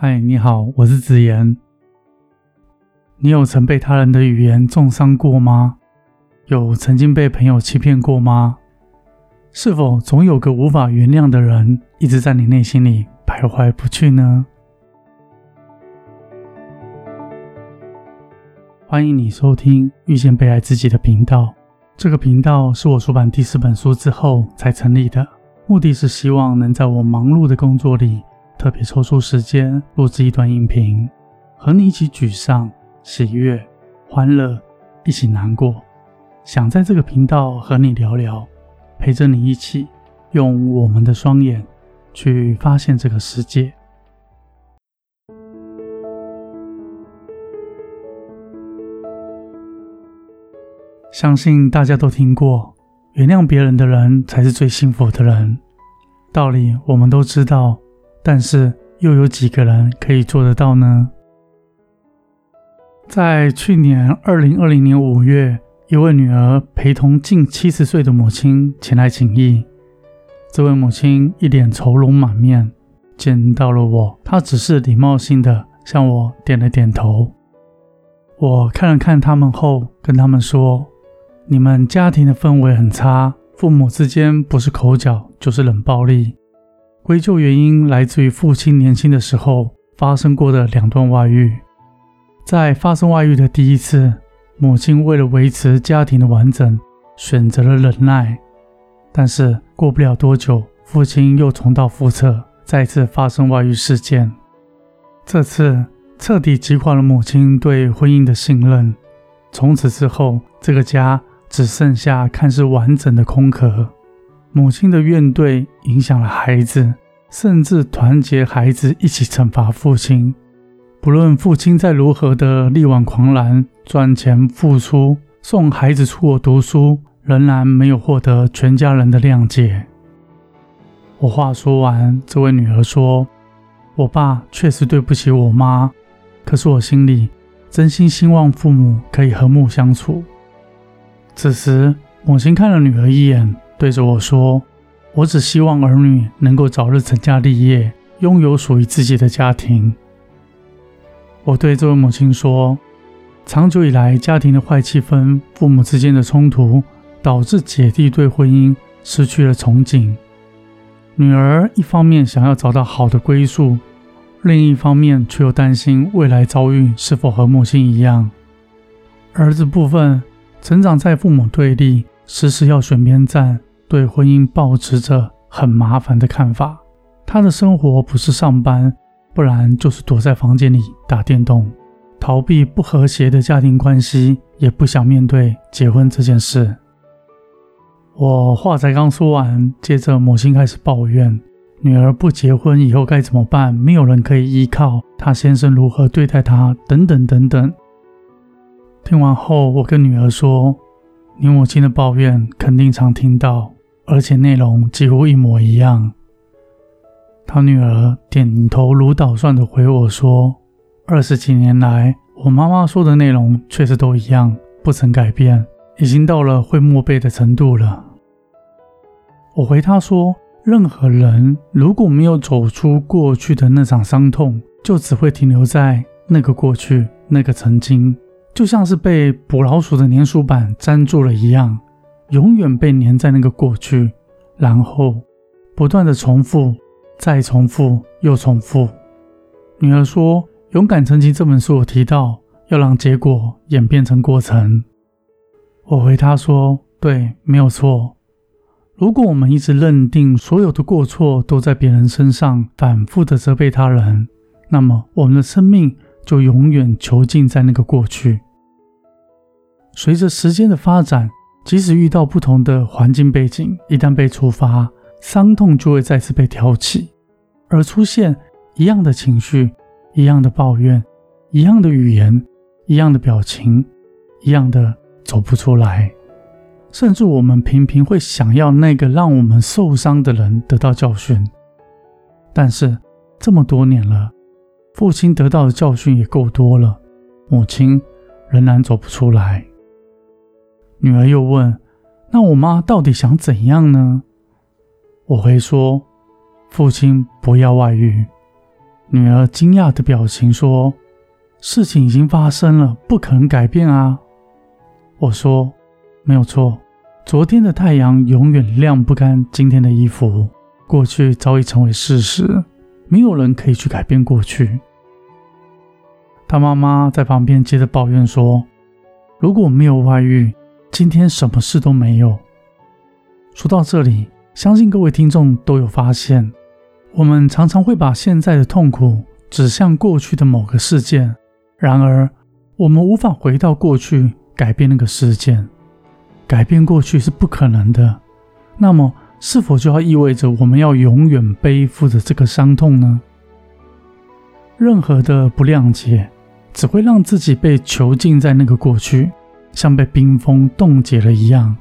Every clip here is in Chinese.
嗨，你好，我是子言。你有曾被他人的语言重伤过吗？有曾经被朋友欺骗过吗？是否总有个无法原谅的人一直在你内心里徘徊不去呢？欢迎你收听遇见被爱自己的频道。这个频道是我出版第4本书之后才成立的，目的是希望能在我忙碌的工作里特别抽出时间录制一段音频，和你一起沮丧、喜悦、欢乐，一起难过。想在这个频道和你聊聊，陪着你一起用我们的双眼去发现这个世界。相信大家都听过，原谅别人的人才是最幸福的人。道理我们都知道，但是又有几个人可以做得到呢？在去年2020年5月，一位女儿陪同近70岁的母亲前来请益。这位母亲一脸愁容满面，见到了我，她只是礼貌性的向我点了点头。我看了看他们后，跟他们说，你们家庭的氛围很差，父母之间不是口角就是冷暴力，归咎原因来自于父亲年轻的时候发生过的2段外遇。在发生外遇的第一次，母亲为了维持家庭的完整，选择了忍耐。但是过不了多久，父亲又重蹈覆辙，再次发生外遇事件。这次彻底击垮了母亲对婚姻的信任。从此之后，这个家只剩下看似完整的空壳。母亲的怨怼影响了孩子，甚至团结孩子一起惩罚父亲。不论父亲再如何的力挽狂澜，赚钱付出，送孩子出国读书，仍然没有获得全家人的谅解。我话说完，这位女儿说，我爸确实对不起我妈，可是我心里真心希望父母可以和睦相处。此时母亲看了女儿一眼，对着我说，我只希望儿女能够早日成家立业，拥有属于自己的家庭。我对这位母亲说，长久以来家庭的坏气氛，父母之间的冲突，导致姐弟对婚姻失去了憧憬。女儿一方面想要找到好的归宿，另一方面却又担心未来遭遇是否和母亲一样。儿子部分成长在父母对立，时时要选边站，对婚姻抱持着很麻烦的看法。他的生活不是上班，不然就是躲在房间里打电动，逃避不和谐的家庭关系，也不想面对结婚这件事。我话才刚说完，接着母亲开始抱怨，女儿不结婚以后该怎么办，没有人可以依靠，她先生如何对待她，等等等等。听完后，我跟女儿说，你母亲的抱怨肯定常听到，而且内容几乎一模一样。她女儿点头如捣蒜地回我说，20几年来，我妈妈说的内容确实都一样，不曾改变，已经到了会默背的程度了。我回她说，任何人如果没有走出过去的那场伤痛，就只会停留在那个过去，那个曾经，就像是被捕老鼠的粘鼠板粘住了一样，永远被粘在那个过去，然后不断的重复，再重复，又重复。女儿说，勇敢成绩这本书有提到，要让结果演变成过程。我回她说，对，没有错。如果我们一直认定所有的过错都在别人身上，反复的责备他人，那么我们的生命就永远囚禁在那个过去。随着时间的发展，即使遇到不同的环境背景，一旦被触发，伤痛就会再次被挑起，而出现一样的情绪，一样的抱怨，一样的语言，一样的表情，一样的走不出来。甚至我们频频会想要那个让我们受伤的人得到教训，但是这么多年了，父亲得到的教训也够多了，母亲仍然走不出来。女儿又问，那我妈到底想怎样呢？我回说，父亲不要外遇。 女儿惊讶的表情说：“事情已经发生了，不可能改变啊。”我说：“没有错，昨天的太阳永远晾不干今天的衣服，过去早已成为事实，没有人可以去改变过去。”他妈妈在旁边接着抱怨说：“如果没有外遇，今天什么事都没有。”说到这里，相信各位听众都有发现，我们常常会把现在的痛苦指向过去的某个事件，然而我们无法回到过去改变那个事件，改变过去是不可能的。那么是否就要意味着我们要永远背负着这个伤痛呢？任何的不谅解只会让自己被囚禁在那个过去，像被冰封冻结了一样。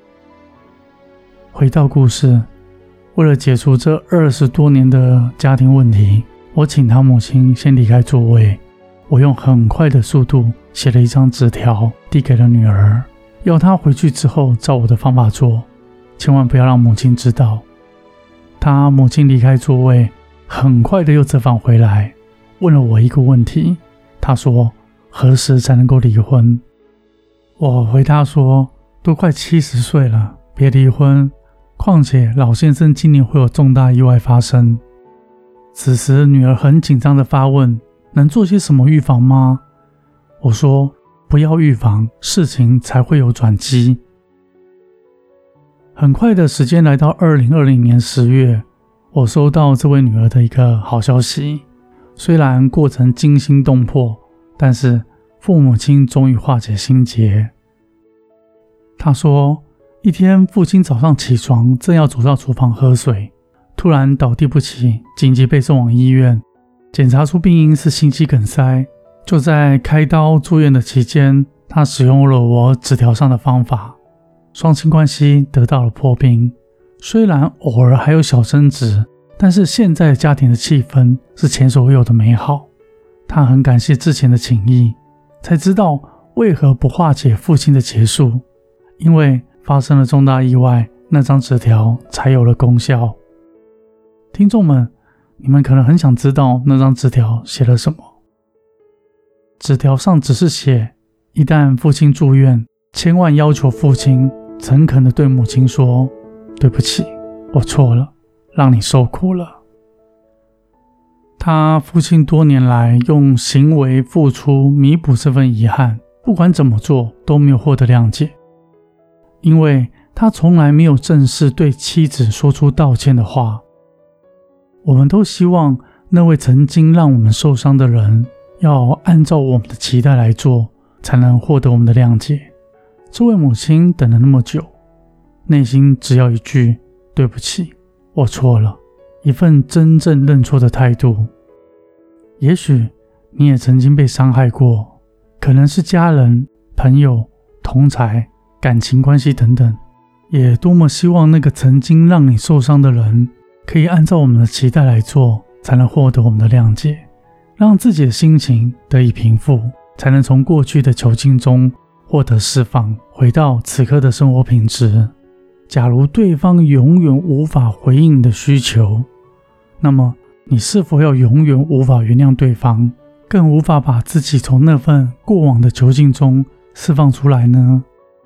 回到故事，为了解除这20多年的家庭问题，我请他母亲先离开座位。我用很快的速度写了一张纸条递给了女儿，要她回去之后照我的方法做，千万不要让母亲知道。她母亲离开座位，很快的又折返回来，问了我一个问题。她说：“何时才能够离婚？”我回答说：“都快70岁了，别离婚。况且老先生今年会有重大意外发生。”此时女儿很紧张地发问：“能做些什么预防吗？”我说：“不要预防，事情才会有转机。”很快的时间来到2020年10月，我收到这位女儿的一个好消息。虽然过程惊心动魄，但是父母亲终于化解心结。她说，一天父亲早上起床，正要走到厨房喝水，突然倒地不起，紧急被送往医院。检查出病因是心肌梗塞。就在开刀住院的期间，他使用了我纸条上的方法，双亲关系得到了破冰。虽然偶尔还有小争执，但是现在家庭的气氛是前所未有的美好。他很感谢之前的情谊，才知道为何不化解父亲的结束，因为发生了重大意外，那张纸条才有了功效。听众们，你们可能很想知道那张纸条写了什么。纸条上只是写，一旦父亲住院，千万要求父亲诚恳地对母亲说：“对不起，我错了，让你受苦了。”他父亲多年来用行为付出弥补这份遗憾，不管怎么做都没有获得谅解，因为他从来没有正式对妻子说出道歉的话。我们都希望那位曾经让我们受伤的人要按照我们的期待来做，才能获得我们的谅解。这位母亲等了那么久，内心只要一句对不起，我错了，一份真正认错的态度。也许你也曾经被伤害过，可能是家人、朋友、同侪、感情关系等等，也多么希望那个曾经让你受伤的人可以按照我们的期待来做，才能获得我们的谅解，让自己的心情得以平复，才能从过去的囚禁中获得释放，回到此刻的生活品质。假如对方永远无法回应你的需求，那么你是否要永远无法原谅对方，更无法把自己从那份过往的囚禁中释放出来呢？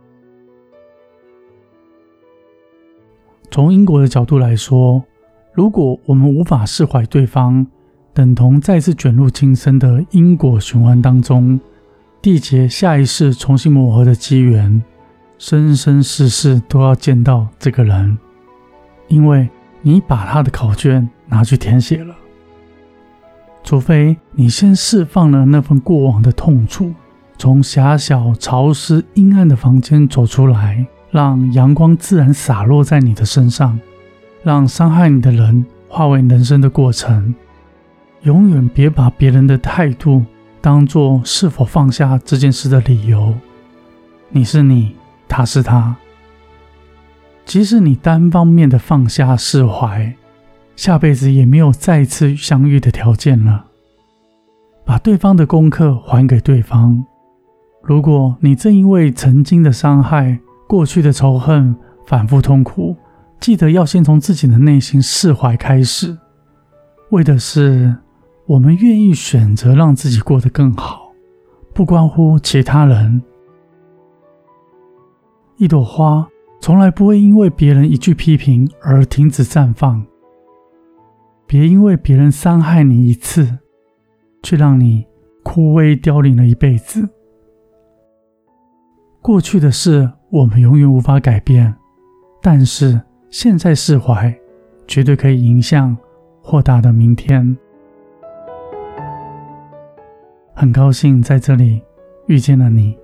从因果的角度来说，如果我们无法释怀对方，等同再次卷入今生的因果循环当中，缔结下一世重新磨合的机缘，生生世世都要见到这个人，因为你把他的考卷拿去填写了。除非你先释放了那份过往的痛楚，从狭小、潮湿、阴暗的房间走出来，让阳光自然洒落在你的身上，让伤害你的人化为人生的过程。永远别把别人的态度当作是否放下这件事的理由。你是你，他是他。即使你单方面的放下释怀，下辈子也没有再次相遇的条件了。把对方的功课还给对方。如果你正因为曾经的伤害、过去的仇恨反复痛苦，记得要先从自己的内心释怀开始，为的是我们愿意选择让自己过得更好，不关乎其他人。一朵花从来不会因为别人一句批评而停止绽放。别因为别人伤害你一次，却让你枯萎凋零了一辈子。过去的事我们永远无法改变，但是现在释怀，绝对可以迎向豁达的明天。很高兴在这里遇见了你。